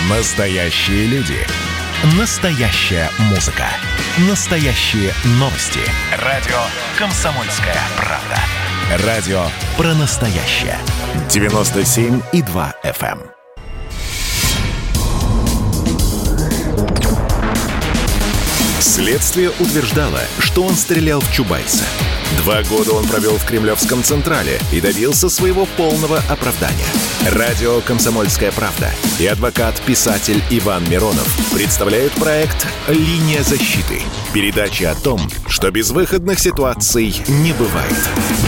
Настоящие люди. Настоящая музыка. Настоящие новости. Радио «Комсомольская правда». Радио про настоящее. 97,2 FM. Следствие утверждало, что он стрелял в Чубайса. 2 года он провел в Кремлевском Централе и добился своего полного оправдания. Радио «Комсомольская правда» и адвокат-писатель Иван Миронов представляют проект «Линия защиты». Передача о том, что безвыходных ситуаций не бывает.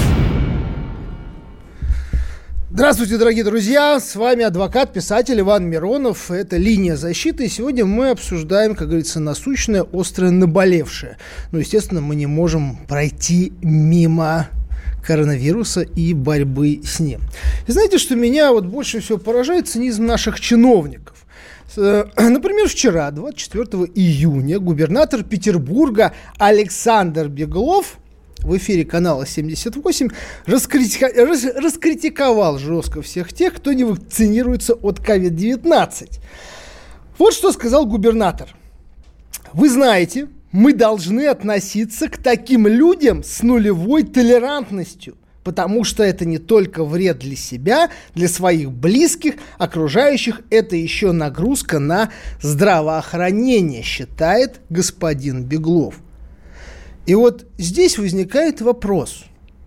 Здравствуйте, дорогие друзья! С вами адвокат-писатель Иван Миронов. Это «Линия защиты». И сегодня мы обсуждаем, как говорится, насущное, острое, наболевшее. Ну, естественно, мы не можем пройти мимо коронавируса и борьбы с ним. И знаете, что меня вот больше всего поражает? Цинизм наших чиновников. Например, вчера, 24 июня, губернатор Петербурга Александр Беглов в эфире канала 78 раскритиковал жестко всех тех, кто не вакцинируется от COVID-19. Вот что сказал губернатор. Вы знаете, мы должны относиться к таким людям с нулевой толерантностью, потому что это не только вред для себя, для своих близких, окружающих, это еще нагрузка на здравоохранение, считает господин Беглов. И вот здесь возникает вопрос,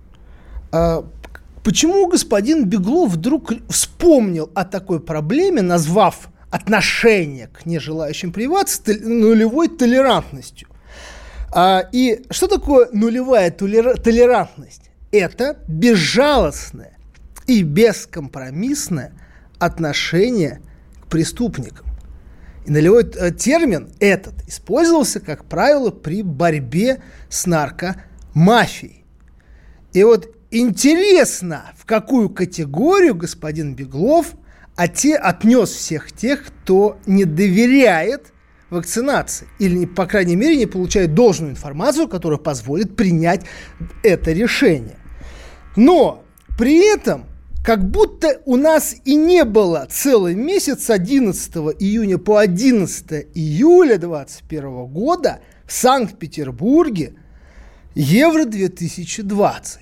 почему господин Беглов вдруг вспомнил о такой проблеме, назвав отношение к нежелающим прививаться нулевой толерантностью? И что такое нулевая толерантность? Это безжалостное и бескомпромиссное отношение к преступникам. И нулевой термин этот использовался, как правило, при борьбе с наркомафией. И вот интересно, в какую категорию господин Беглов отнес всех тех, кто не доверяет вакцинации или, по крайней мере, не получает должную информацию, которая позволит принять это решение. Но при этом как будто у нас и не было целый месяц с 11 июня по 11 июля 2021 года в Санкт-Петербурге Евро-2020.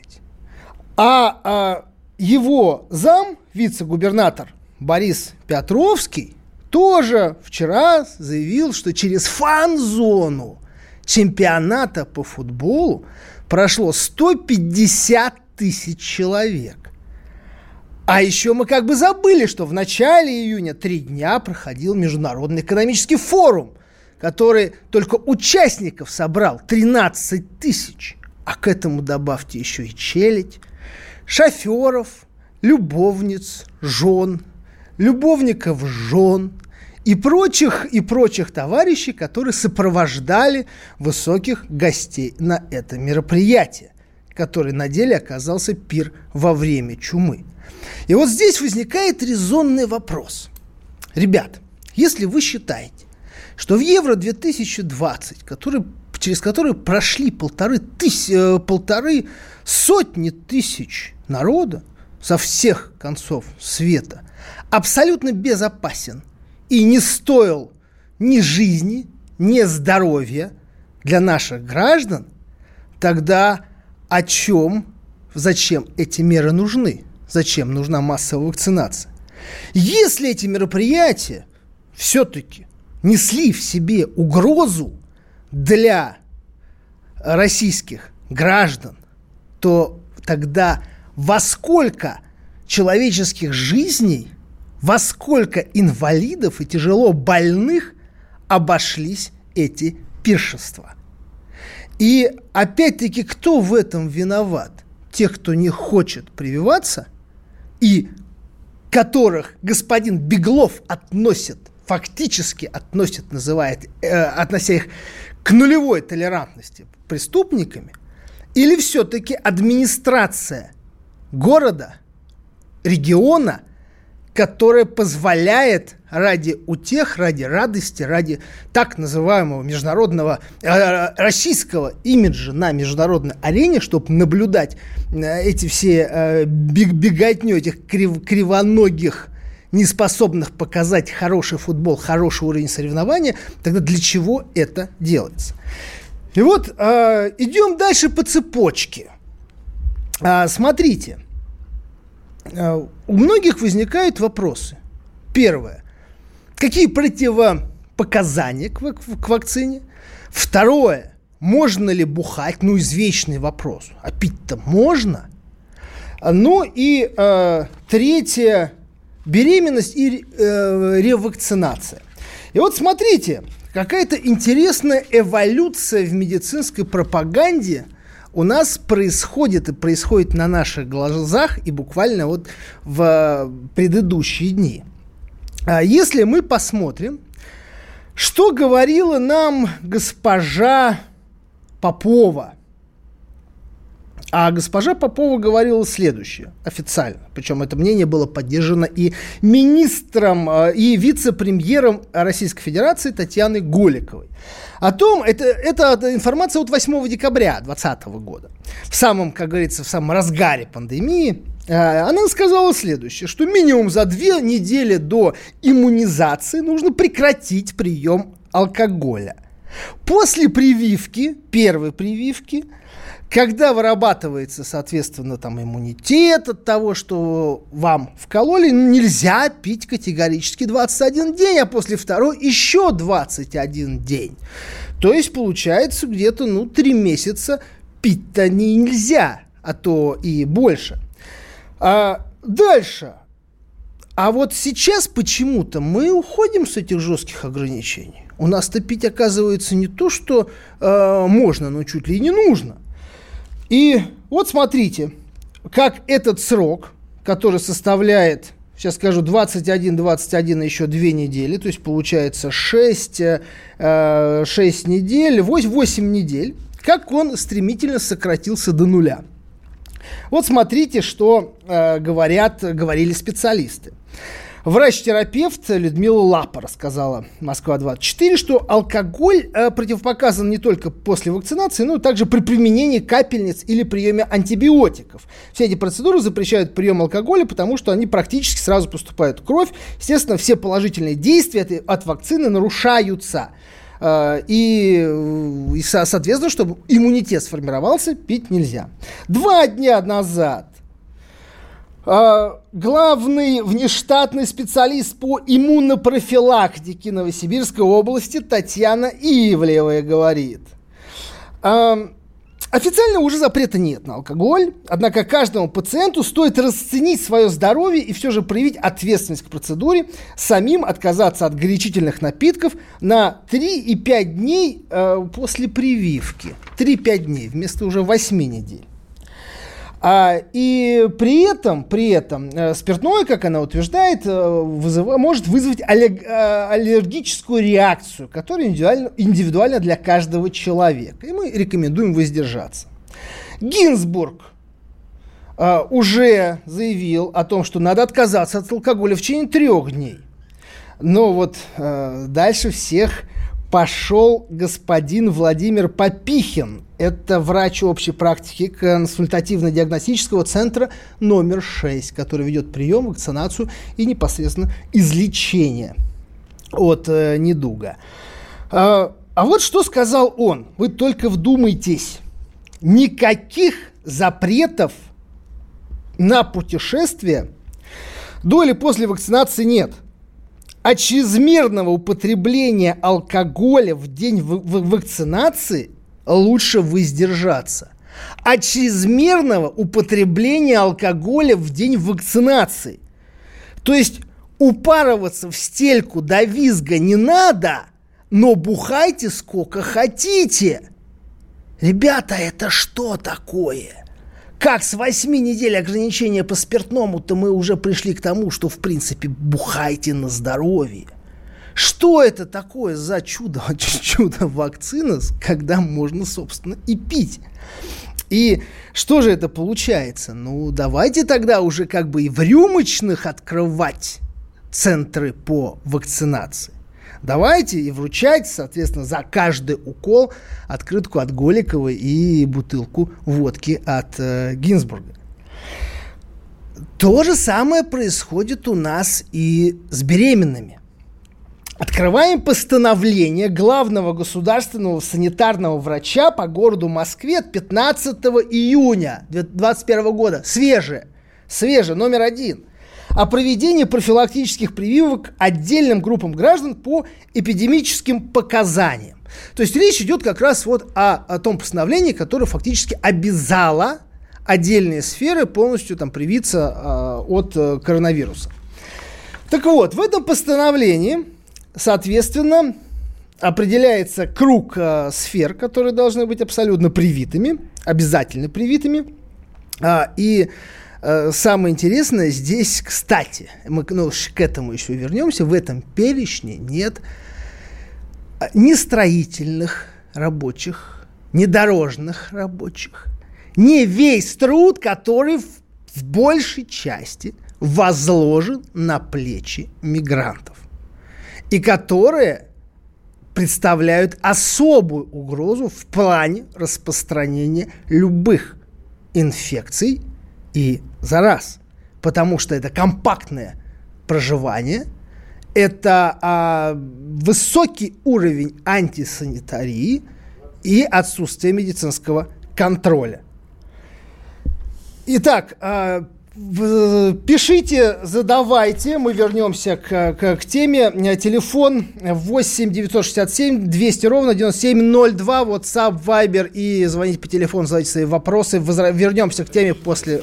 А его зам, вице-губернатор Борис Петровский, тоже вчера заявил, что через фан-зону чемпионата по футболу прошло 150 тысяч человек. А еще мы как бы забыли, что в начале июня 3 дня проходил Международный экономический форум, который только участников собрал 13 тысяч. А к этому добавьте еще и челядь, шоферов, любовниц, жен, любовников жен и прочих товарищей, которые сопровождали высоких гостей на это мероприятие, который на деле оказался пир во время чумы. И вот здесь возникает резонный вопрос. Ребят, если вы считаете, что в Евро-2020, через который прошли полторы сотни тысяч народа со всех концов света, абсолютно безопасен и не стоил ни жизни, ни здоровья для наших граждан, тогда зачем эти меры нужны? Зачем нужна массовая вакцинация? Если эти мероприятия все-таки несли в себе угрозу для российских граждан, то тогда во сколько человеческих жизней, во сколько инвалидов и тяжело больных обошлись эти пиршества? И опять-таки, кто в этом виноват? Те, кто не хочет прививаться, и которых господин Беглов относя их к нулевой толерантности преступниками, или все-таки администрация города, региона, которая позволяет ради утех, ради радости, ради так называемого международного российского имиджа на международной арене, чтобы наблюдать эти все беготню этих кривоногих не способных показать хороший футбол, хороший уровень соревнования, тогда для чего это делается? И вот идем дальше по цепочке. Смотрите, у многих возникают вопросы. Первое. Какие противопоказания к вакцине? Второе. Можно ли бухать? Извечный вопрос. А пить-то можно? И третье. Беременность и ревакцинация. И вот смотрите, какая-то интересная эволюция в медицинской пропаганде у нас происходит и происходит на наших глазах и буквально вот в предыдущие дни. Если мы посмотрим, что говорила нам госпожа Попова. А госпожа Попова говорила следующее официально. Причем это мнение было поддержано и министром, и вице-премьером Российской Федерации Татьяной Голиковой. О том, это информация от 8 декабря 2020 года. В самом, как говорится, в самом разгаре пандемии. Она сказала следующее, что минимум за 2 недели до иммунизации нужно прекратить прием алкоголя. После прививки, первой прививки, когда вырабатывается, соответственно, иммунитет от того, что вам вкололи, нельзя пить категорически 21 день, а после второй еще 21 день. То есть, получается, где-то 3 месяца пить-то нельзя, а то и больше. Дальше. А вот сейчас почему-то мы уходим с этих жестких ограничений. У нас-то пить, оказывается, не то, что можно, но чуть ли и не нужно. И вот смотрите, как этот срок, который составляет, сейчас скажу, 21 еще 2 недели, то есть получается 6 недель, 8 недель, как он стремительно сократился до нуля. Вот смотрите, что говорили специалисты. Врач-терапевт Людмила Лапа рассказала «Москва-24», что алкоголь противопоказан не только после вакцинации, но и также при применении капельниц или приеме антибиотиков. Все эти процедуры запрещают прием алкоголя, потому что они практически сразу поступают в кровь. Естественно, все положительные действия от вакцины нарушаются. И, соответственно, чтобы иммунитет сформировался, пить нельзя. 2 дня назад главный внештатный специалист по иммунопрофилактике Новосибирской области Татьяна Ивлева говорит: официально уже запрета нет на алкоголь, однако каждому пациенту стоит расценить свое здоровье и все же проявить ответственность к процедуре, самим отказаться от горячительных напитков на 3 и 5 дней после прививки. 3-5 дней вместо уже 8 недель. И при этом спиртное, как она утверждает, может вызвать аллергическую реакцию, которая индивидуальна для каждого человека. И мы рекомендуем воздержаться. Гинзбург уже заявил о том, что надо отказаться от алкоголя в течение 3 дней. Но вот дальше всех пошел господин Владимир Попихин. Это врач общей практики консультативно-диагностического центра номер 6, который ведет прием, вакцинацию и непосредственно излечение от недуга. А вот что сказал он. Вы только вдумайтесь. Никаких запретов на путешествия до или после вакцинации нет. От чрезмерного употребления алкоголя в день вакцинации лучше воздержаться. От чрезмерного употребления алкоголя в день вакцинации. То есть упарываться в стельку до визга не надо, но бухайте сколько хотите. Ребята, это что такое? Как с 8 недель ограничения по спиртному-то мы уже пришли к тому, что в принципе бухайте на здоровье. Что это такое за чудо вакцина, когда можно, собственно, и пить? И что же это получается? Давайте тогда уже и в рюмочных открывать центры по вакцинации. Давайте и вручать, соответственно, за каждый укол открытку от Голиковой и бутылку водки от Гинзбурга. То же самое происходит у нас и с беременными. Открываем постановление главного государственного санитарного врача по городу Москве от 15 июня 2021 года. Свежее, номер 1. О проведении профилактических прививок отдельным группам граждан по эпидемическим показаниям. То есть речь идет как раз вот о том постановлении, которое фактически обязало отдельные сферы полностью там привиться от коронавируса. Так вот, в этом постановлении, соответственно, определяется круг сфер, которые должны быть абсолютно привитыми, обязательно привитыми. И самое интересное здесь, кстати, мы к этому еще вернемся, в этом перечне нет ни строительных рабочих, ни дорожных рабочих, не весь труд, который в большей части возложен на плечи мигрантов и которые представляют особую угрозу в плане распространения любых инфекций и зараз, потому что это компактное проживание, это высокий уровень антисанитарии и отсутствие медицинского контроля. Итак, пишите, задавайте, мы вернемся к теме. Телефон 8 967 200 ровно 9702, WhatsApp, Viber, и звоните по телефону, задавайте свои вопросы. Вернемся к теме после...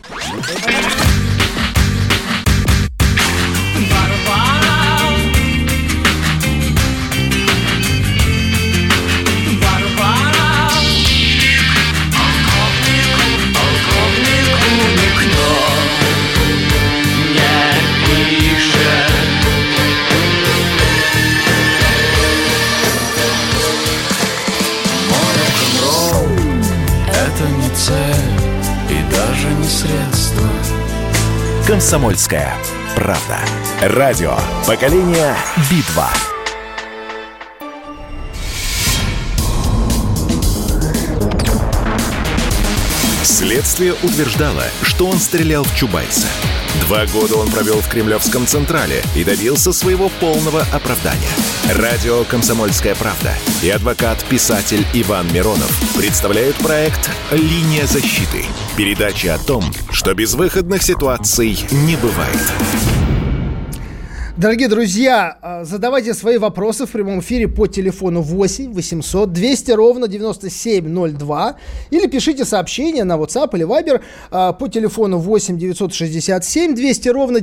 Средства. «Комсомольская правда». Радио поколения «Битва». Следствие утверждало, что он стрелял в Чубайса. 2 года он провел в Кремлевском Централе и добился своего полного оправдания. Радио «Комсомольская правда» и адвокат-писатель Иван Миронов представляют проект «Линия защиты». Передача о том, что безвыходных ситуаций не бывает. Дорогие друзья, задавайте свои вопросы в прямом эфире по телефону 8 800 200 ровно 9702 или пишите сообщения на WhatsApp или Viber по телефону 8 967 200 ровно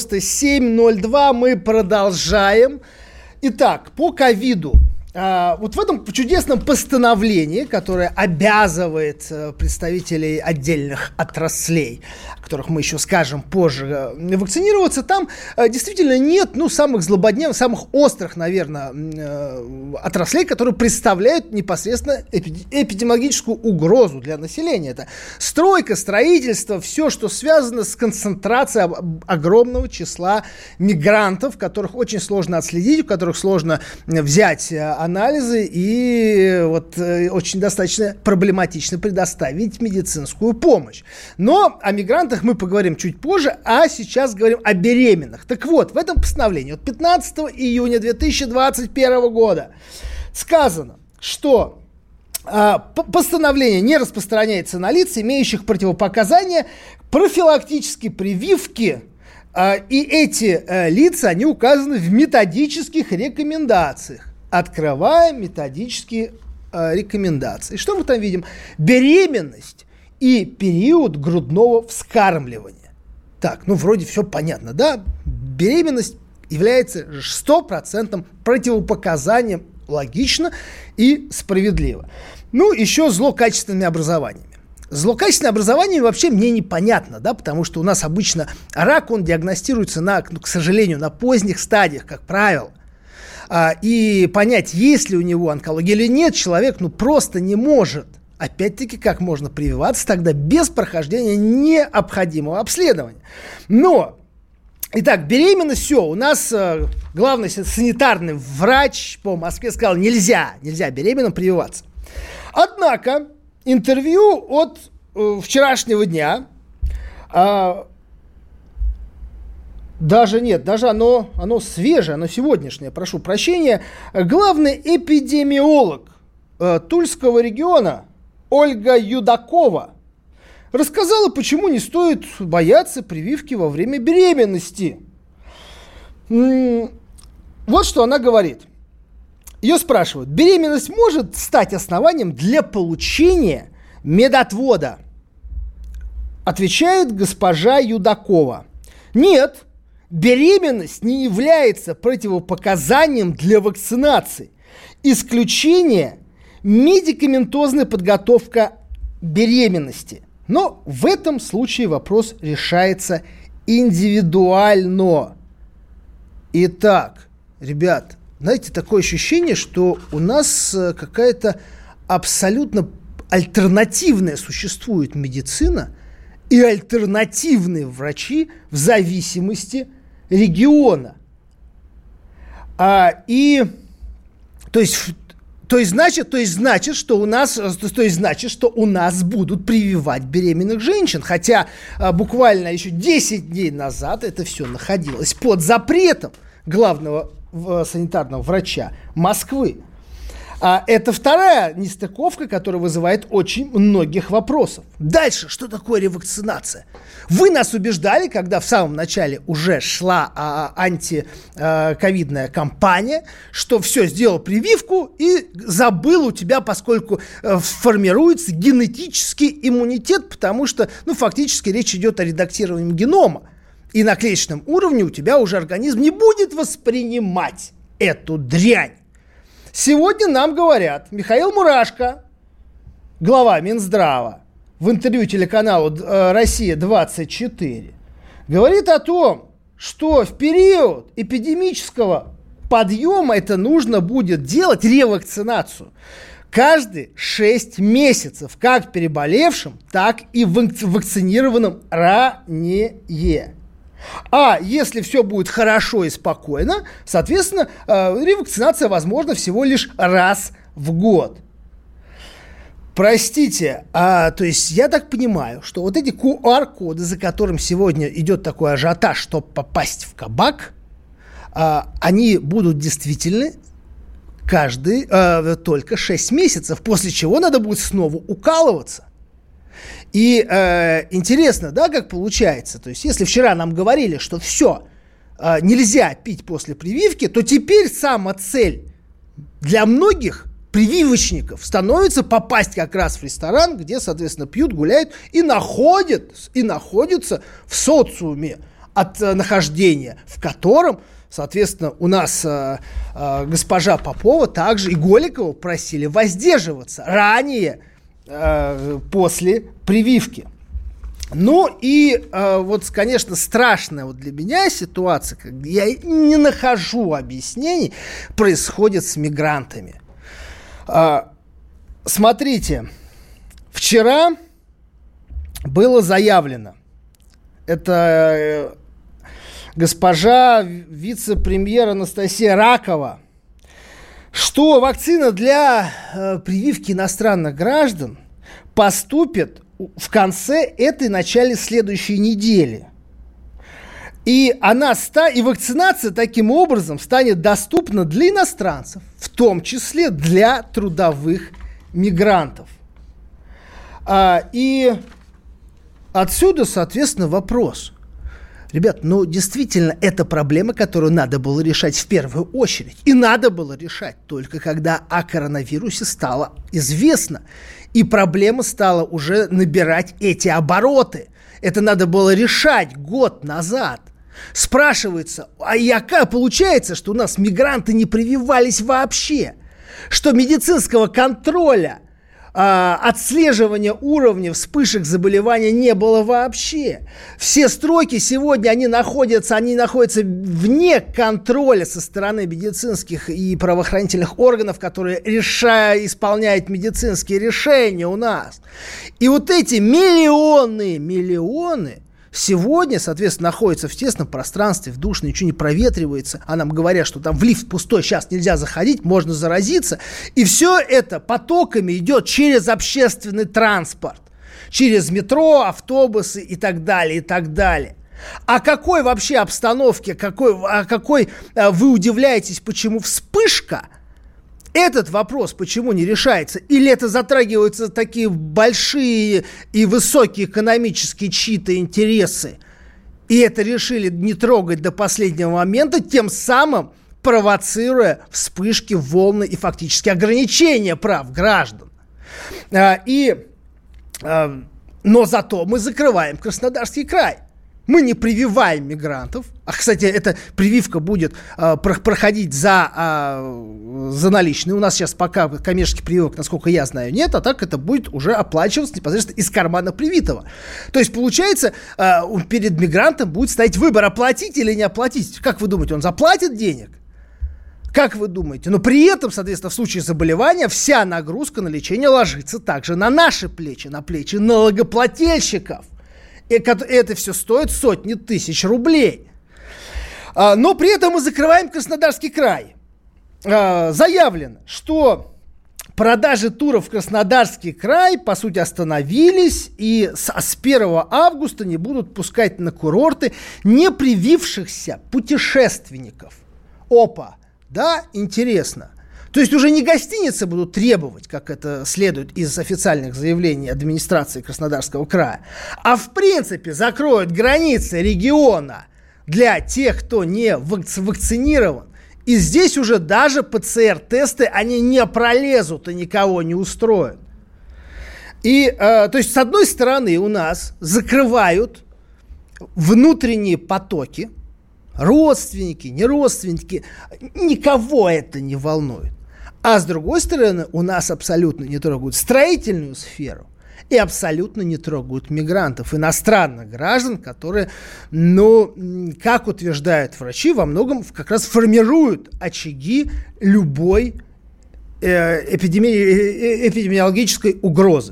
9702. Мы продолжаем. Итак, по ковиду. Вот в этом чудесном постановлении, которое обязывает представителей отдельных отраслей, о которых мы еще скажем позже, вакцинироваться, там действительно нет, самых злободневных, самых острых, наверное, отраслей, которые представляют непосредственно эпидемиологическую угрозу для населения. Это стройка, строительство, все, что связано с концентрацией огромного числа мигрантов, которых очень сложно отследить, у которых сложно взять анализы и очень достаточно проблематично предоставить медицинскую помощь. Но о мигрантах мы поговорим чуть позже, а сейчас говорим о беременных. Так вот, в этом постановлении от 15 июня 2021 года сказано, что постановление не распространяется на лиц, имеющих противопоказания профилактической прививки, и эти лица, они указаны в методических рекомендациях. Открываем методические рекомендации. Что мы там видим? Беременность и период грудного вскармливания. Так, вроде все понятно, да? Беременность является 100% противопоказанием, логично и справедливо. Еще злокачественными образованиями. Злокачественное образование вообще мне непонятно, да, потому что у нас обычно рак, он диагностируется, к сожалению, на поздних стадиях, как правило. И понять, есть ли у него онкология или нет, человек просто не может. Опять-таки, как можно прививаться тогда без прохождения необходимого обследования? Но, итак, беременность, все, у нас главный санитарный врач по Москве сказал, нельзя беременным прививаться. Однако, интервью от вчерашнего дня Даже нет, даже оно свежее, оно сегодняшнее, прошу прощения. Главный эпидемиолог Тульского региона Ольга Юдакова рассказала, почему не стоит бояться прививки во время беременности. Вот что она говорит. Ее спрашивают: беременность может стать основанием для получения медотвода? Отвечает госпожа Юдакова: нет, беременность не является противопоказанием для вакцинации. Исключение – медикаментозная подготовка беременности. Но в этом случае вопрос решается индивидуально. Итак, ребят, знаете, такое ощущение, что у нас какая-то абсолютно альтернативная существует медицина и альтернативные врачи в зависимости региона. То есть значит, что у нас будут прививать беременных женщин. Хотя буквально еще 10 дней назад это все находилось под запретом главного санитарного врача Москвы. Это вторая нестыковка, которая вызывает очень многих вопросов. Дальше, что такое ревакцинация? Вы нас убеждали, когда в самом начале уже шла антиковидная кампания, что все, сделал прививку и забыл у тебя, поскольку формируется генетический иммунитет, потому что, фактически речь идет о редактировании генома. И на клеточном уровне у тебя уже организм не будет воспринимать эту дрянь. Сегодня нам говорят, Михаил Мурашко, глава Минздрава, в интервью телеканалу «Россия-24», говорит о том, что в период эпидемического подъема это нужно будет делать ревакцинацию каждые 6 месяцев, как переболевшим, так и вакцинированным ранее. А если все будет хорошо и спокойно, соответственно, ревакцинация возможна всего лишь раз в год. Простите, то есть я так понимаю, что вот эти QR-коды, за которым сегодня идет такой ажиотаж, чтобы попасть в кабак, они будут действительны только 6 месяцев, после чего надо будет снова укалываться. И интересно, да, как получается. То есть, если вчера нам говорили, что все, нельзя пить после прививки, то теперь сама цель для многих прививочников становится попасть как раз в ресторан, где, соответственно, пьют, гуляют и находятся в социуме от нахождения, в котором, соответственно, у нас госпожа Попова также и Голикова просили воздерживаться ранее, после прививки. Вот, конечно, страшная для меня ситуация, когда я не нахожу объяснений, происходит с мигрантами. Смотрите, вчера было заявлено, это госпожа вице-премьер Анастасия Ракова, что вакцина для прививки иностранных граждан поступит в конце этой, начале следующей недели. И вакцинация таким образом станет доступна для иностранцев, в том числе для трудовых мигрантов. И отсюда, соответственно, вопрос. Ребят, действительно, это проблема, которую надо было решать в первую очередь. И надо было решать только когда о коронавирусе стало известно. И проблема стала уже набирать эти обороты. Это надо было решать год назад. Спрашивается, получается, что у нас мигранты не прививались вообще? Что медицинского контроля, отслеживания уровня вспышек заболевания не было вообще. Все строки сегодня, они находятся вне контроля со стороны медицинских и правоохранительных органов, которые исполняют медицинские решения у нас. И вот эти миллионы сегодня, соответственно, находятся в тесном пространстве, в душе, ничего не проветривается, а нам говорят, что там в лифт пустой, сейчас нельзя заходить, можно заразиться. И все это потоками идет через общественный транспорт, через метро, автобусы и так далее, и так далее. О какой вообще обстановке, о какой вы удивляетесь, почему вспышка? Этот вопрос почему не решается? Или это затрагиваются такие большие и высокие экономические чьи-то интересы? И это решили не трогать до последнего момента, тем самым провоцируя вспышки, волны и фактически ограничения прав граждан. Но зато мы закрываем Краснодарский край. Мы не прививаем мигрантов. Кстати, эта прививка будет проходить за наличные. У нас сейчас пока коммерческих прививок, насколько я знаю, нет, а так это будет уже оплачиваться непосредственно из кармана привитого. То есть, получается, перед мигрантом будет стоять выбор, оплатить или не оплатить. Как вы думаете, он заплатит денег? Как вы думаете? Но при этом, соответственно, в случае заболевания вся нагрузка на лечение ложится также на наши плечи, на плечи налогоплательщиков. И это все стоит сотни тысяч рублей. Но при этом мы закрываем Краснодарский край. Заявлено, что продажи туров в Краснодарский край, по сути, остановились, и с 1 августа не будут пускать на курорты не привившихся путешественников. Опа, да, интересно. То есть уже не гостиницы будут требовать, как это следует из официальных заявлений администрации Краснодарского края, а в принципе закроют границы региона для тех, кто не вакцинирован. И здесь уже даже ПЦР-тесты, они не пролезут и никого не устроят. И, то есть, с одной стороны, у нас закрывают внутренние потоки, родственники, не родственники, никого это не волнует. А с другой стороны, у нас абсолютно не трогают строительную сферу и абсолютно не трогают мигрантов, иностранных граждан, которые, как утверждают врачи, во многом как раз формируют очаги любой эпидемиологической угрозы.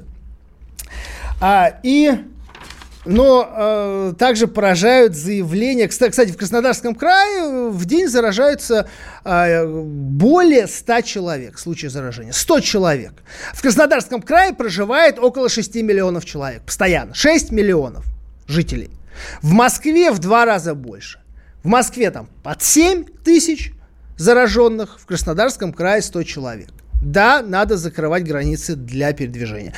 Но также поражают заявления. Кстати, в Краснодарском крае в день заражаются более 100 человек в случае заражения. 100 человек. В Краснодарском крае проживает около 6 миллионов человек. Постоянно. 6 миллионов жителей. В Москве в 2 раза больше. В Москве там под 7 тысяч зараженных. В Краснодарском крае 100 человек. Да, надо закрывать границы для передвижения.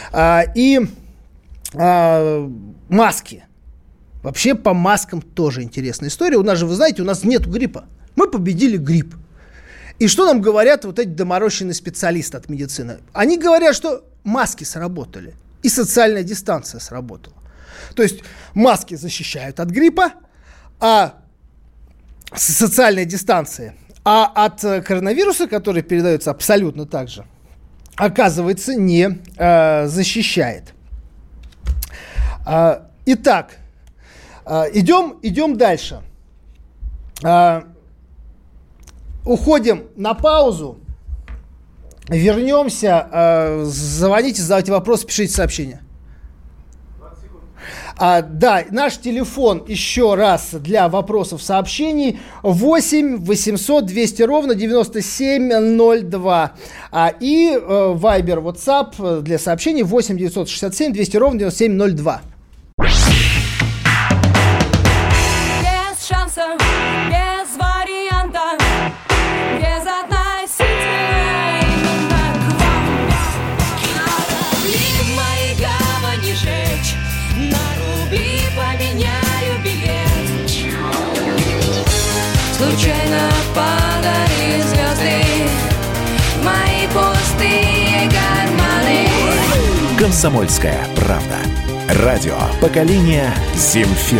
Маски. Вообще по маскам тоже интересная история. У нас же, вы знаете, у нас нет гриппа. Мы победили грипп. И что нам говорят вот эти доморощенные специалисты от медицины? Они говорят, что маски сработали. И социальная дистанция сработала. То есть маски защищают от гриппа, а социальная дистанция. А от коронавируса, который передается абсолютно так же, оказывается, не защищает. Итак, идем дальше. Уходим на паузу. Вернемся. Звоните, задавайте вопросы, пишите сообщения. Да, наш телефон еще раз для вопросов, сообщений 8 800 200 ровно 9702. И Viber, WhatsApp для сообщений 8 967 200 ровно 9702. Без шанса, без варианта, без относительно именно к вам. Корабли мои гавани жечь, на рубли поменяю билет. Случайно падали звезды в мои пустые карманы. «Комсомольская правда». Радио поколения Земфиры.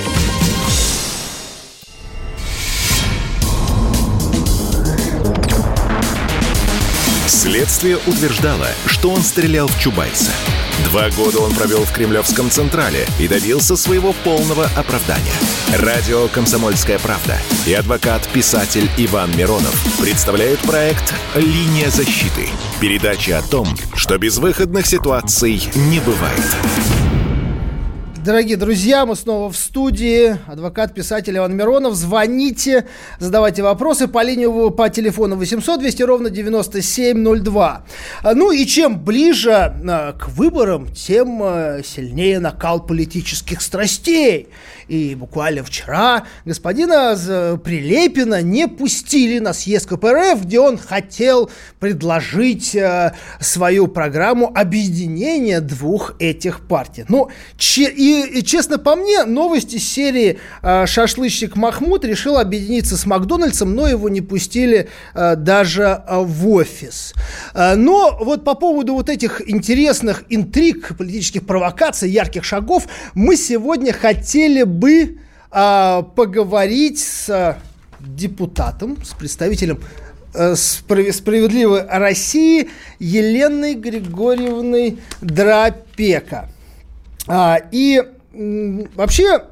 Следствие утверждало, что он стрелял в Чубайса. 2 года он провел в Кремлевском Централе и добился своего полного оправдания. Радио «Комсомольская правда» и адвокат-писатель Иван Миронов представляют проект «Линия защиты». Передача о том, что безвыходных ситуаций не бывает. Дорогие друзья, мы снова в студии. Адвокат, писатель Иван Миронов. Звоните, задавайте вопросы по телефону 800-200-97-02. Ну и чем ближе к выборам, тем сильнее накал политических страстей. И буквально вчера господина Прилепина не пустили на съезд КПРФ, где он хотел предложить свою программу объединения двух этих партий. Ну, и честно по мне, новости серии «Шашлычник Махмуд» решил объединиться с Макдональдсом, но его не пустили даже в офис. Но вот по поводу вот этих интересных интриг, политических провокаций, ярких шагов, мы сегодня хотели бы поговорить с депутатом, с представителем «Справедливой России» Еленой Григорьевной Драпека. И вообще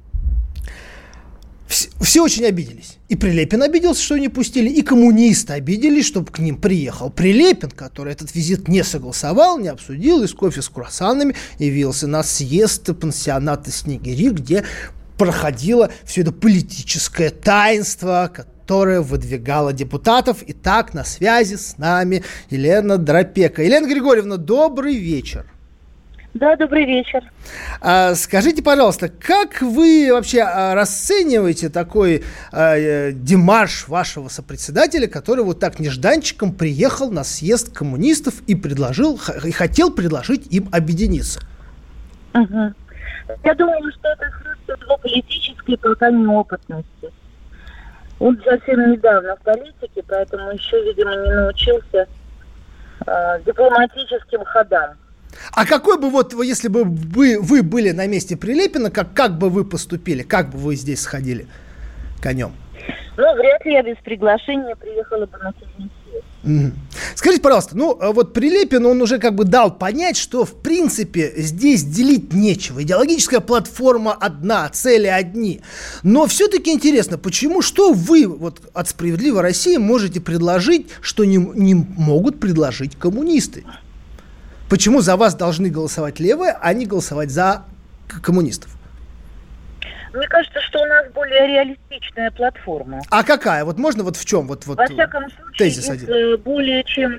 все очень обиделись. И Прилепин обиделся, что не пустили, и коммунисты обиделись, чтобы к ним приехал Прилепин, который этот визит не согласовал, не обсудил, и с кофе с круассанами явился на съезд пансионата «Снегири», где проходило все это политическое таинство, которое выдвигало депутатов. Итак, на связи с нами Елена Драпека. Елена Григорьевна, добрый вечер. Да, добрый вечер. Скажите, пожалуйста, как вы вообще расцениваете такой демарш вашего сопредседателя, который вот так нежданчиком приехал на съезд коммунистов и хотел предложить им объединиться? Угу. Я думаю, что это следствие его политической пока неопытности. Он совсем недавно в политике, поэтому еще, видимо, не научился дипломатическим ходам. А какой бы вот, если бы вы были на месте Прилепина, как бы вы поступили? Как бы вы здесь сходили конем? Ну, вряд ли я без приглашения приехала бы на съезд. Скажите, пожалуйста, вот Прилепин, он уже как бы дал понять, что в принципе здесь делить нечего. Идеологическая платформа одна, цели одни. Но все-таки интересно, что вы вот от «Справедливой России» можете предложить, что не могут предложить коммунисты? Почему за вас должны голосовать левые, а не голосовать за коммунистов? Мне кажется, что у нас более реалистичная платформа. А какая? Вот можно вот в чем? Вот во всяком случае, тезис один. Более чем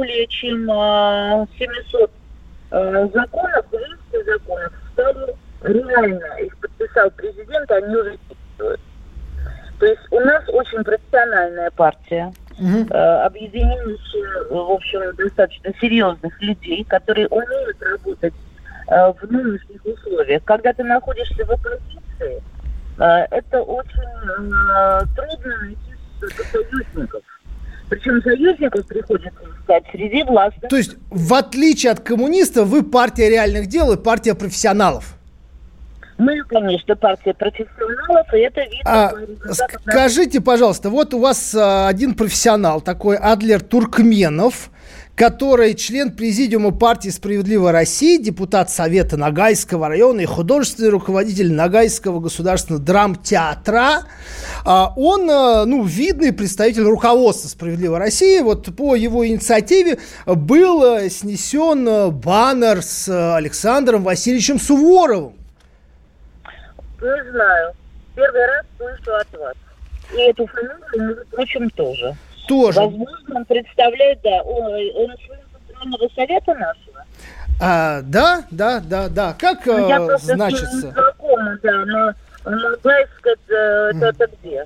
700 законов, 200 законов стали реально. Их подписал президент, они уже действуют. То есть у нас очень профессиональная партия. Объединившие, в общем, достаточно серьезных людей, которые умеют работать в нынешних условиях. Когда ты находишься в оппозиции, это очень трудно найти союзников. Причем союзников приходится искать среди властных. То есть, в отличие от коммунистов, вы партия реальных дел и партия профессионалов. Мы, конечно, партия профессионалов, и это видно. Скажите, пожалуйста, вот у вас один профессионал, такой Адлер Туркменов, который член президиума партии «Справедливая Россия», депутат Совета Ногайского района и художественный руководитель Ногайского государственного драмтеатра. Он, видный представитель руководства «Справедливой России». Вот по его инициативе был снесен баннер с Александром Васильевичем Суворовым. Не знаю. Первый раз слышу от вас. И эту фамилию, между прочим, тоже. Возможно, он представляет, он член Центрального совета нашего. Да. Как я значится? Я просто знакома, но Ногайск это где?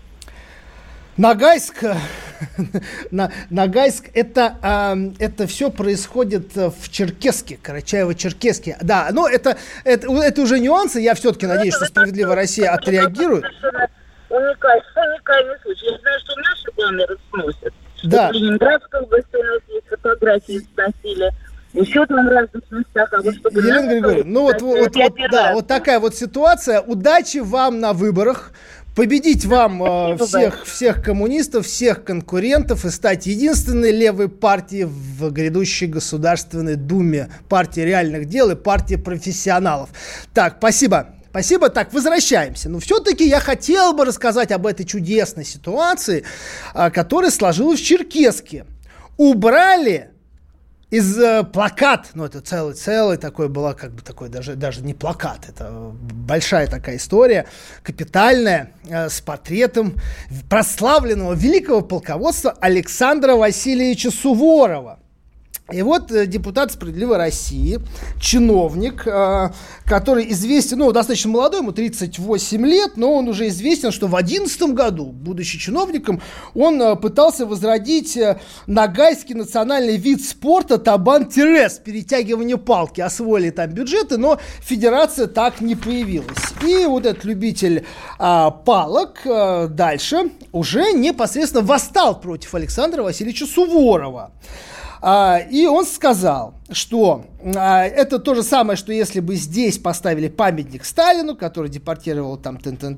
Ногайск это все происходит в Черкесске, Карачаево-Черкесске. Да, но это уже нюансы. Я все-таки надеюсь, что «Справедливая Россия» отреагирует. Уникальный случай. Я знаю, что наши баннеры сносят. Да. В Ленинградской области у нас есть фотографии сносили. Еще там в разных местах. Елена Григорьевна, вот такая вот ситуация. Удачи вам на выборах. Победить вам всех коммунистов, всех конкурентов и стать единственной левой партией в грядущей Государственной Думе. Партия реальных дел и партия профессионалов. Так, спасибо. Спасибо. Так, возвращаемся. Но все-таки я хотел бы рассказать об этой чудесной ситуации, которая сложилась в Черкесске. Убрали плакат, ну это целый такой была, как бы такой даже не плакат, это большая такая история, капитальная, с портретом прославленного великого полководца Александра Васильевича Суворова. И вот депутат «Справедливой России», чиновник, который известен, достаточно молодой, ему 38 лет, но он уже известен, что в 2011 году, будучи чиновником, он пытался возродить ногайский национальный вид спорта табан-тирес, перетягивание палки. Освоили там бюджеты, но федерация так не появилась. И вот этот любитель палок дальше уже непосредственно восстал против Александра Васильевича Суворова. И он сказал, что это то же самое, что если бы здесь поставили памятник Сталину, который депортировал там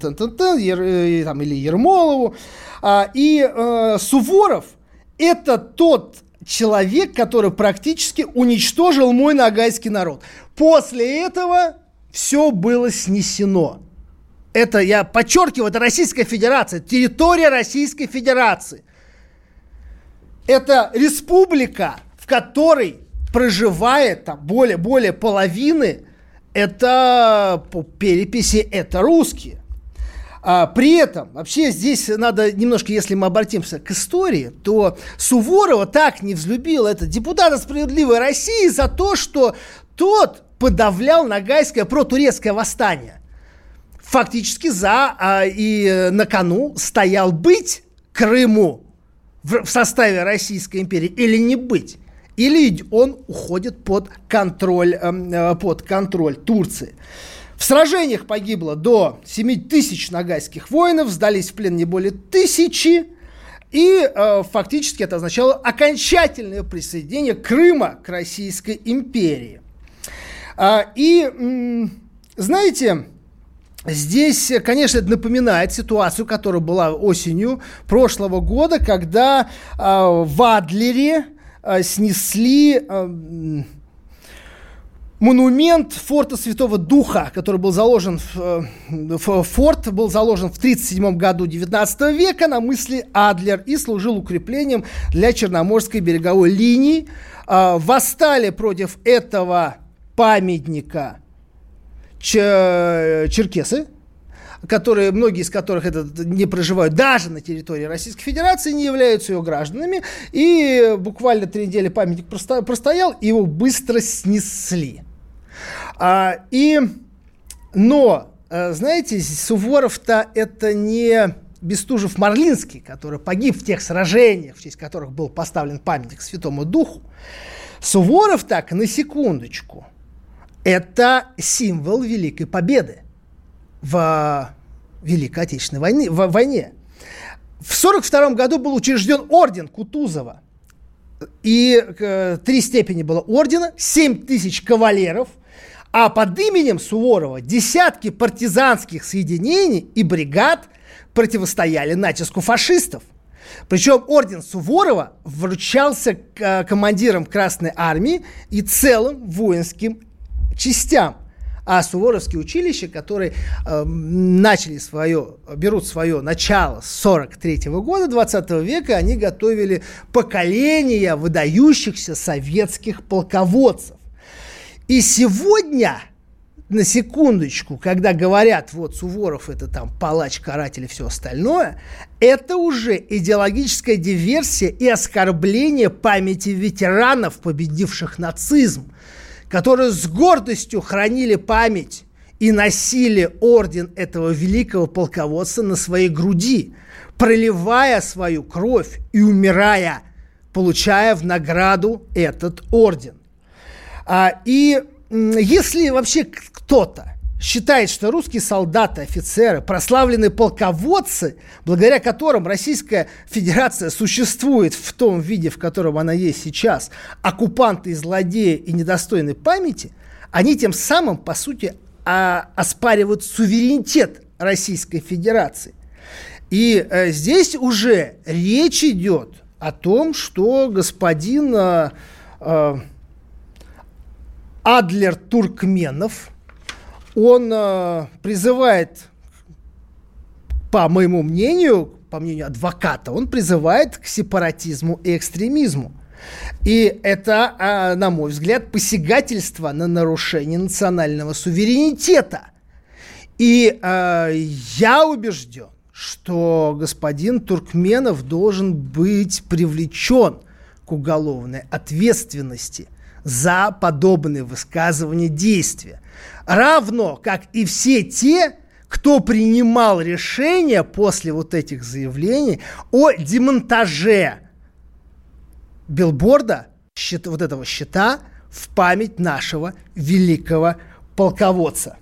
или Ермолову, и Суворов – это тот человек, который практически уничтожил мой ногайский народ. После этого все было снесено. Это, я подчеркиваю, это Российская Федерация, территория Российской Федерации. Это республика, в которой проживает более половины, это по переписи, это русские. При этом, вообще здесь надо немножко, если мы обратимся к истории, то Суворова так не взлюбил этот депутат «Справедливой России» за то, что тот подавлял ногайское протурецкое восстание. Фактически и на кону стоял быть Крыму в составе Российской империи или не быть, или он уходит под контроль Турции. В сражениях погибло до 7 тысяч ногайских воинов, сдались в плен не более 1000, и фактически это означало окончательное присоединение Крыма к Российской империи. Знаете, здесь, конечно, это напоминает ситуацию, которая была осенью прошлого года, когда в Адлере снесли монумент форта Святого Духа, который был заложен форт был заложен в 1937 году 19 века на мысе Адлер и служил укреплением для Черноморской береговой линии. Восстали против этого памятника черкесы, многие из которых не проживают даже на территории Российской Федерации, не являются ее гражданами. И буквально 3 недели памятник простоял, и его быстро снесли. Но, знаете, Суворов-то это не Бестужев-Марлинский, который погиб в тех сражениях, в честь которых был поставлен памятник Святому Духу. Суворов, так, на секундочку, это символ Великой Победы в Великой Отечественной войне. В 1942 году был учрежден орден Кутузова. И 3 степени было ордена, 7 тысяч кавалеров, а под именем Суворова десятки партизанских соединений и бригад противостояли натиску фашистов. Причем орден Суворова вручался командирам Красной Армии и целым воинским частям. А суворовские училища, которые берут свое начало с 1943 года 20 века, они готовили поколения выдающихся советских полководцев. И сегодня, на секундочку, когда говорят, вот Суворов это там палач, каратель и все остальное, это уже идеологическая диверсия и оскорбление памяти ветеранов, победивших нацизм, которые с гордостью хранили память и носили орден этого великого полководца на своей груди, проливая свою кровь и умирая, получая в награду этот орден. И если вообще кто-то считает, что русские солдаты, офицеры, прославленные полководцы, благодаря которым Российская Федерация существует в том виде, в котором она есть сейчас, оккупанты и злодеи и недостойны памяти, они тем самым, по сути, оспаривают суверенитет Российской Федерации. И здесь уже речь идет о том, что господин Адлер Туркменов, он призывает, по моему мнению, по мнению адвоката, он призывает к сепаратизму и экстремизму. И это, на мой взгляд, посягательство на нарушение национального суверенитета. И я убежден, что господин Туркменов должен быть привлечен к уголовной ответственности за подобные высказывания, действия. Равно как и все те, кто принимал решение после вот этих заявлений о демонтаже билборда, вот этого щита, в память нашего великого полководца.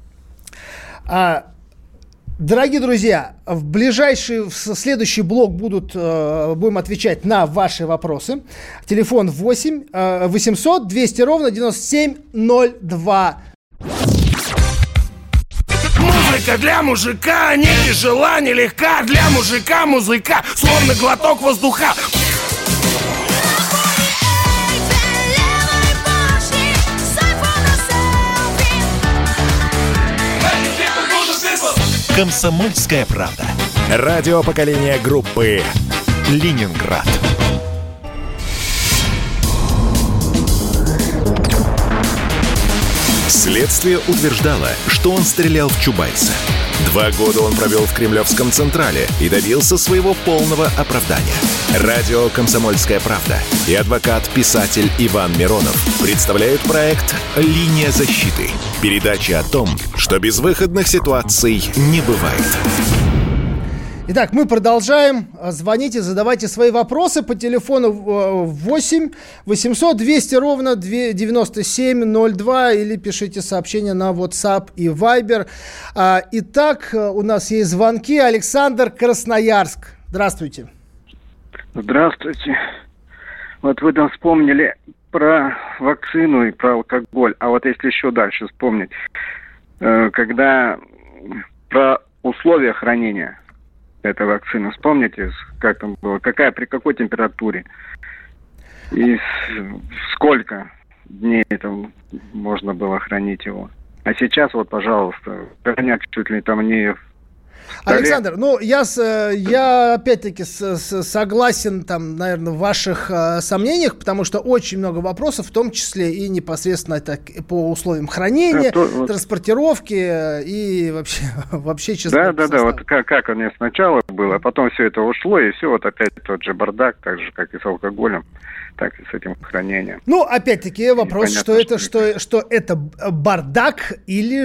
Дорогие друзья, в следующий блок будем отвечать на ваши вопросы. Телефон 8 800 200 ровно 9702. Музыка для мужика не тяжела, не легка. Для мужика музыка, словно глоток воздуха. «Комсомольская правда». Радио поколения группы «Ленинград». Следствие утверждало, что он стрелял в Чубайса. 2 года он провел в Кремлевском Централе и добился своего полного оправдания. Радио «Комсомольская правда» и адвокат-писатель Иван Миронов представляют проект «Линия защиты». Передача о том, что безвыходных ситуаций не бывает. Итак, мы продолжаем. Звоните, задавайте свои вопросы по телефону 8 800 200 ровно 9702 или пишите сообщения на WhatsApp и Viber. Итак, у нас есть звонки. Александр, Красноярск. Здравствуйте. Здравствуйте. Вот вы там вспомнили про вакцину и про алкоголь. А вот если еще дальше вспомнить, когда про условия хранения этой вакцины, вспомните, как там было, при какой температуре и сколько дней там можно было хранить его. А сейчас вот, пожалуйста, хранят чуть ли там не... Александр, я опять-таки согласен, там, наверное, в ваших сомнениях, потому что очень много вопросов, в том числе и непосредственно это по условиям хранения, транспортировки и вообще честно. Да, вот как оно сначала было, а потом все это ушло, и все, вот опять тот же бардак, так же, как и с алкоголем, так и с этим хранением. Ну, определенный вопрос, что это бардак или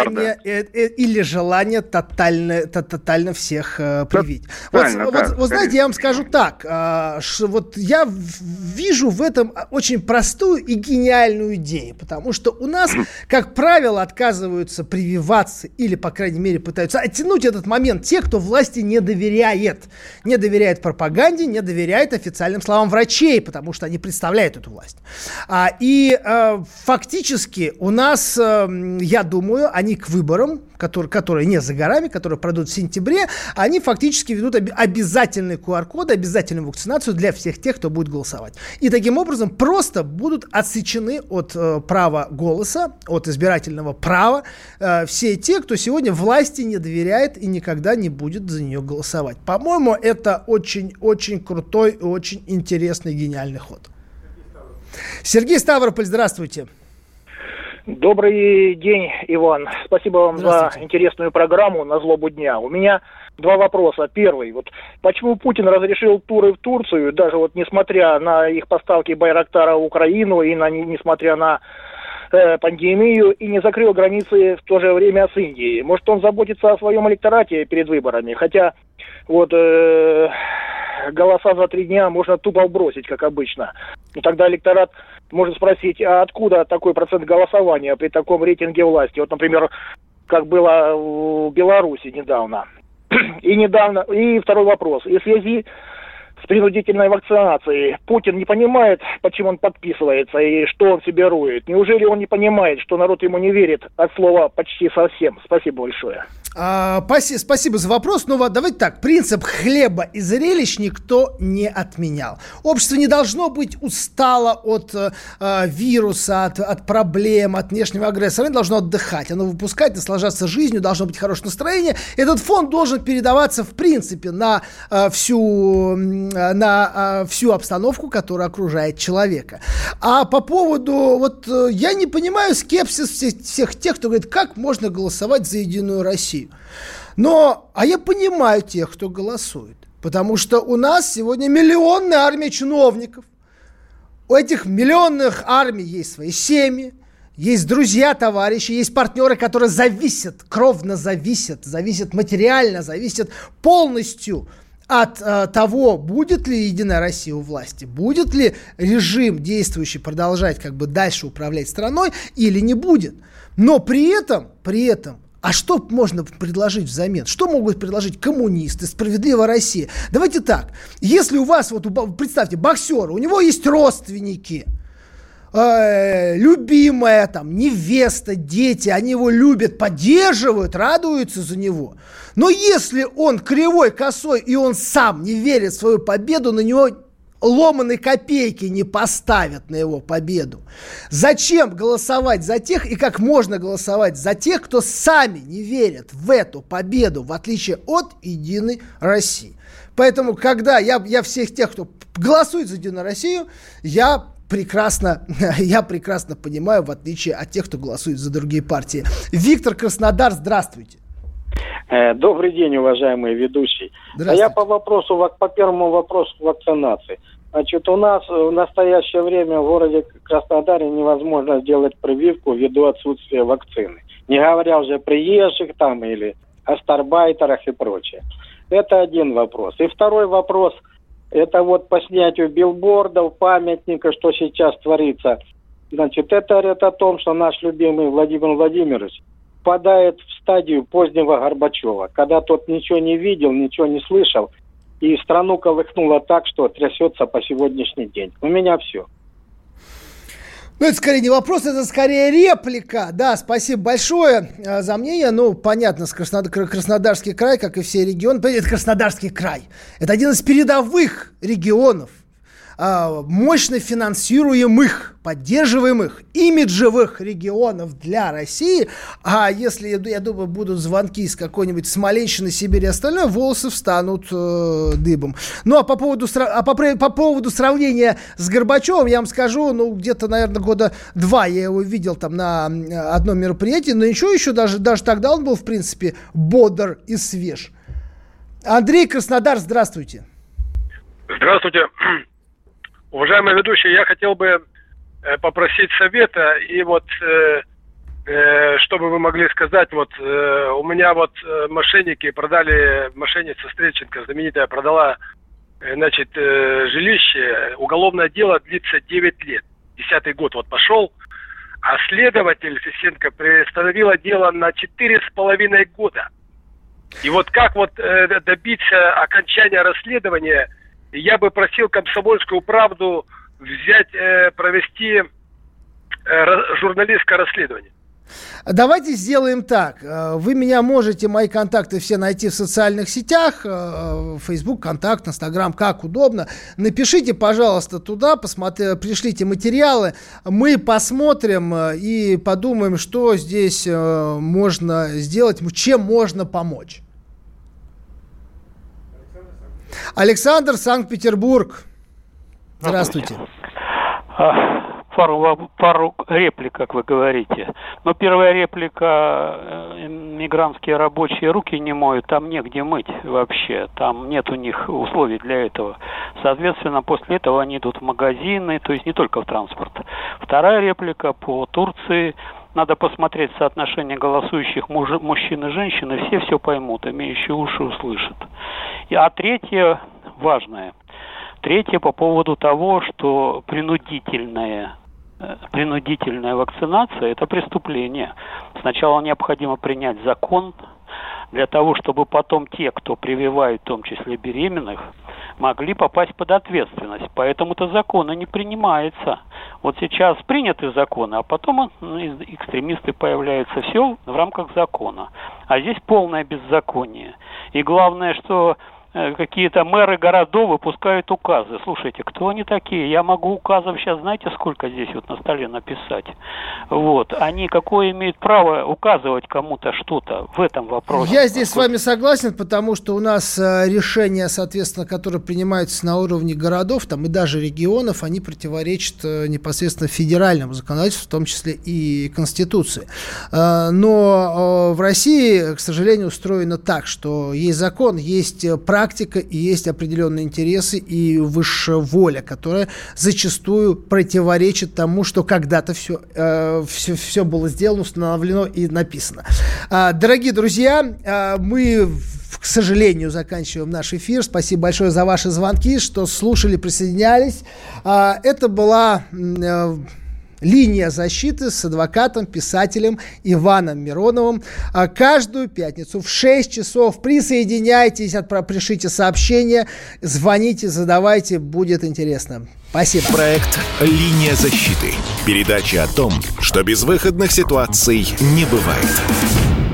желание тотально всех привить. Вот знаете, я вам скажу так, вот я вижу в этом очень простую и гениальную идею, потому что у нас, как правило, отказываются прививаться или, по крайней мере, пытаются оттянуть этот момент те, кто власти не доверяет пропаганде, не доверяет официальным словам врачей, потому что они представляют эту власть. Фактически у нас, я думаю, они к выборам, которые не за горами, которые пройдут в сентябре, они фактически ведут обязательный QR-код, обязательную вакцинацию для всех тех, кто будет голосовать. И таким образом просто будут отсечены от права голоса, от избирательного права все те, кто сегодня власти не доверяет и никогда не будет за нее голосовать. По-моему, это очень-очень крутой и очень интересный, гениальный ход. Сергей, Ставрополь, здравствуйте. Добрый день, Иван. Спасибо вам за интересную программу «На злобу дня». У меня 2 вопроса. Первый. Вот почему Путин разрешил туры в Турцию, даже вот несмотря на их поставки Байрактара в Украину и несмотря на пандемию, и не закрыл границы в то же время с Индией? Может, он заботится о своем электорате перед выборами? Хотя вот голоса за 3 дня можно тупо бросить, как обычно. Но тогда электорат может спросить, а откуда такой процент голосования при таком рейтинге власти? Вот, например, как было в Беларуси недавно. И второй вопрос. И в связи с принудительной вакцинацией Путин не понимает, почему он подписывается и что он себе рует? Неужели он не понимает, что народ ему не верит от слова почти совсем? Спасибо большое. Спасибо за вопрос. Но вот давайте так. Принцип хлеба и зрелищ никто не отменял. Общество не должно быть устало от вируса, от проблем, от внешнего агрессора. Оно должно отдыхать, оно выпускать, наслаждаться жизнью, должно быть хорошее настроение. Этот фон должен передаваться в принципе на всю обстановку, которая окружает человека. А по поводу, я не понимаю скепсис всех тех, кто говорит, как можно голосовать за Единую Россию. А я понимаю тех, кто голосует. Потому что у нас сегодня миллионная армия чиновников. У этих миллионных армий есть свои семьи, есть друзья, товарищи, есть партнеры, которые кровно зависят материально, зависят полностью от того, будет ли Единая Россия у власти, будет ли режим действующий продолжать дальше управлять страной или не будет. Но при этом, а что можно предложить взамен? Что могут предложить коммунисты, Справедливая Россия? Давайте так, если у вас, представьте, боксер, у него есть родственники, любимая, невеста, дети, они его любят, поддерживают, радуются за него. Но если он кривой, косой, и он сам не верит в свою победу, на него ломаной копейки не поставят на его победу. Зачем голосовать за тех, и как можно голосовать за тех, кто сами не верят в эту победу, в отличие от Единой России? Поэтому, когда я всех тех, кто голосует за Единую Россию, я прекрасно понимаю, в отличие от тех, кто голосует за другие партии. Виктор, Краснодар, здравствуйте. Добрый день, уважаемые ведущие. А я по первому вопросу вакцинации. Значит, у нас в настоящее время в городе Краснодаре невозможно сделать прививку ввиду отсутствия вакцины. Не говоря уже о приезжих или астарбайтерах и прочее. Это один вопрос. И второй вопрос, это по снятию билбордов, памятников, что сейчас творится. Значит, это говорит о том, что наш любимый Владимир Владимирович впадает в стадию позднего Горбачева, когда тот ничего не видел, ничего не слышал, и страну колыхнуло так, что трясется по сегодняшний день. У меня все. Это скорее не вопрос, это скорее реплика. Да, спасибо большое за мнение. Понятно, Краснодарский край, как и все регионы, это Краснодарский край. Это один из передовых регионов, мощно финансируемых, поддерживаемых, имиджевых регионов для России. А если, я думаю, будут звонки из какой-нибудь Смоленщины, Сибири и остальное, волосы встанут дыбом. А по поводу сравнения с Горбачевым, я вам скажу, где-то, наверное, 2 года я его видел на одном мероприятии, но еще даже тогда он был, в принципе, бодр и свеж. Андрей, Краснодар, здравствуйте. Здравствуйте. Уважаемый ведущий, я хотел бы попросить совета, и чтобы вы могли сказать, у меня мошенница Стрельченко, знаменитая, продала, жилище, уголовное дело длится 9 лет, 10-й год пошел, а следователь Фисенко приостановила дело на 4,5 года. И как добиться окончания расследования? Я бы просил «Комсомольскую правду» провести журналистское расследование. Давайте сделаем так. Вы меня можете, мои контакты все найти в социальных сетях, Facebook, Контакт, Instagram, как удобно. Напишите, пожалуйста, туда, пришлите материалы, мы посмотрим и подумаем, что здесь можно сделать, чем можно помочь. Александр, Санкт-Петербург. Здравствуйте. Пару реплик, как вы говорите. Первая реплика: мигрантские рабочие руки не моют, там негде мыть вообще, там нет у них условий для этого. Соответственно, после этого они идут в магазины, то есть не только в транспорт. Вторая реплика по Турции. Надо посмотреть соотношение голосующих мужчин и женщин, и все поймут, имеющие уши услышат. А третье, важное, по поводу того, что принудительное принудительная вакцинация – это преступление. Сначала необходимо принять закон для того, чтобы потом те, кто прививает, в том числе беременных, могли попасть под ответственность. Поэтому-то законы не принимаются. Вот сейчас приняты законы, а потом экстремисты появляются. Все в рамках закона. А здесь полное беззаконие. И главное, что какие-то мэры городов выпускают указы. Слушайте, кто они такие? Я могу указов сейчас, знаете, сколько здесь вот на столе написать? Вот. Они какое имеют право указывать кому-то что-то в этом вопросе? Я здесь с вами согласен, потому что у нас решения, соответственно, которые принимаются на уровне городов, там и даже регионов, они противоречат непосредственно федеральному законодательству, в том числе и Конституции. Но в России, к сожалению, устроено так, что есть закон, есть практика, и есть определенные интересы и высшая воля, которая зачастую противоречит тому, что когда-то все было сделано, установлено и написано. Дорогие друзья, мы, к сожалению, заканчиваем наш эфир. Спасибо большое за ваши звонки, что слушали, присоединялись. Это была «Линия защиты» с адвокатом, писателем Иваном Мироновым. Каждую пятницу в 6 часов присоединяйтесь, пришлите сообщения, звоните, задавайте, будет интересно. Спасибо. Проект «Линия защиты». Передача о том, что безвыходных ситуаций не бывает.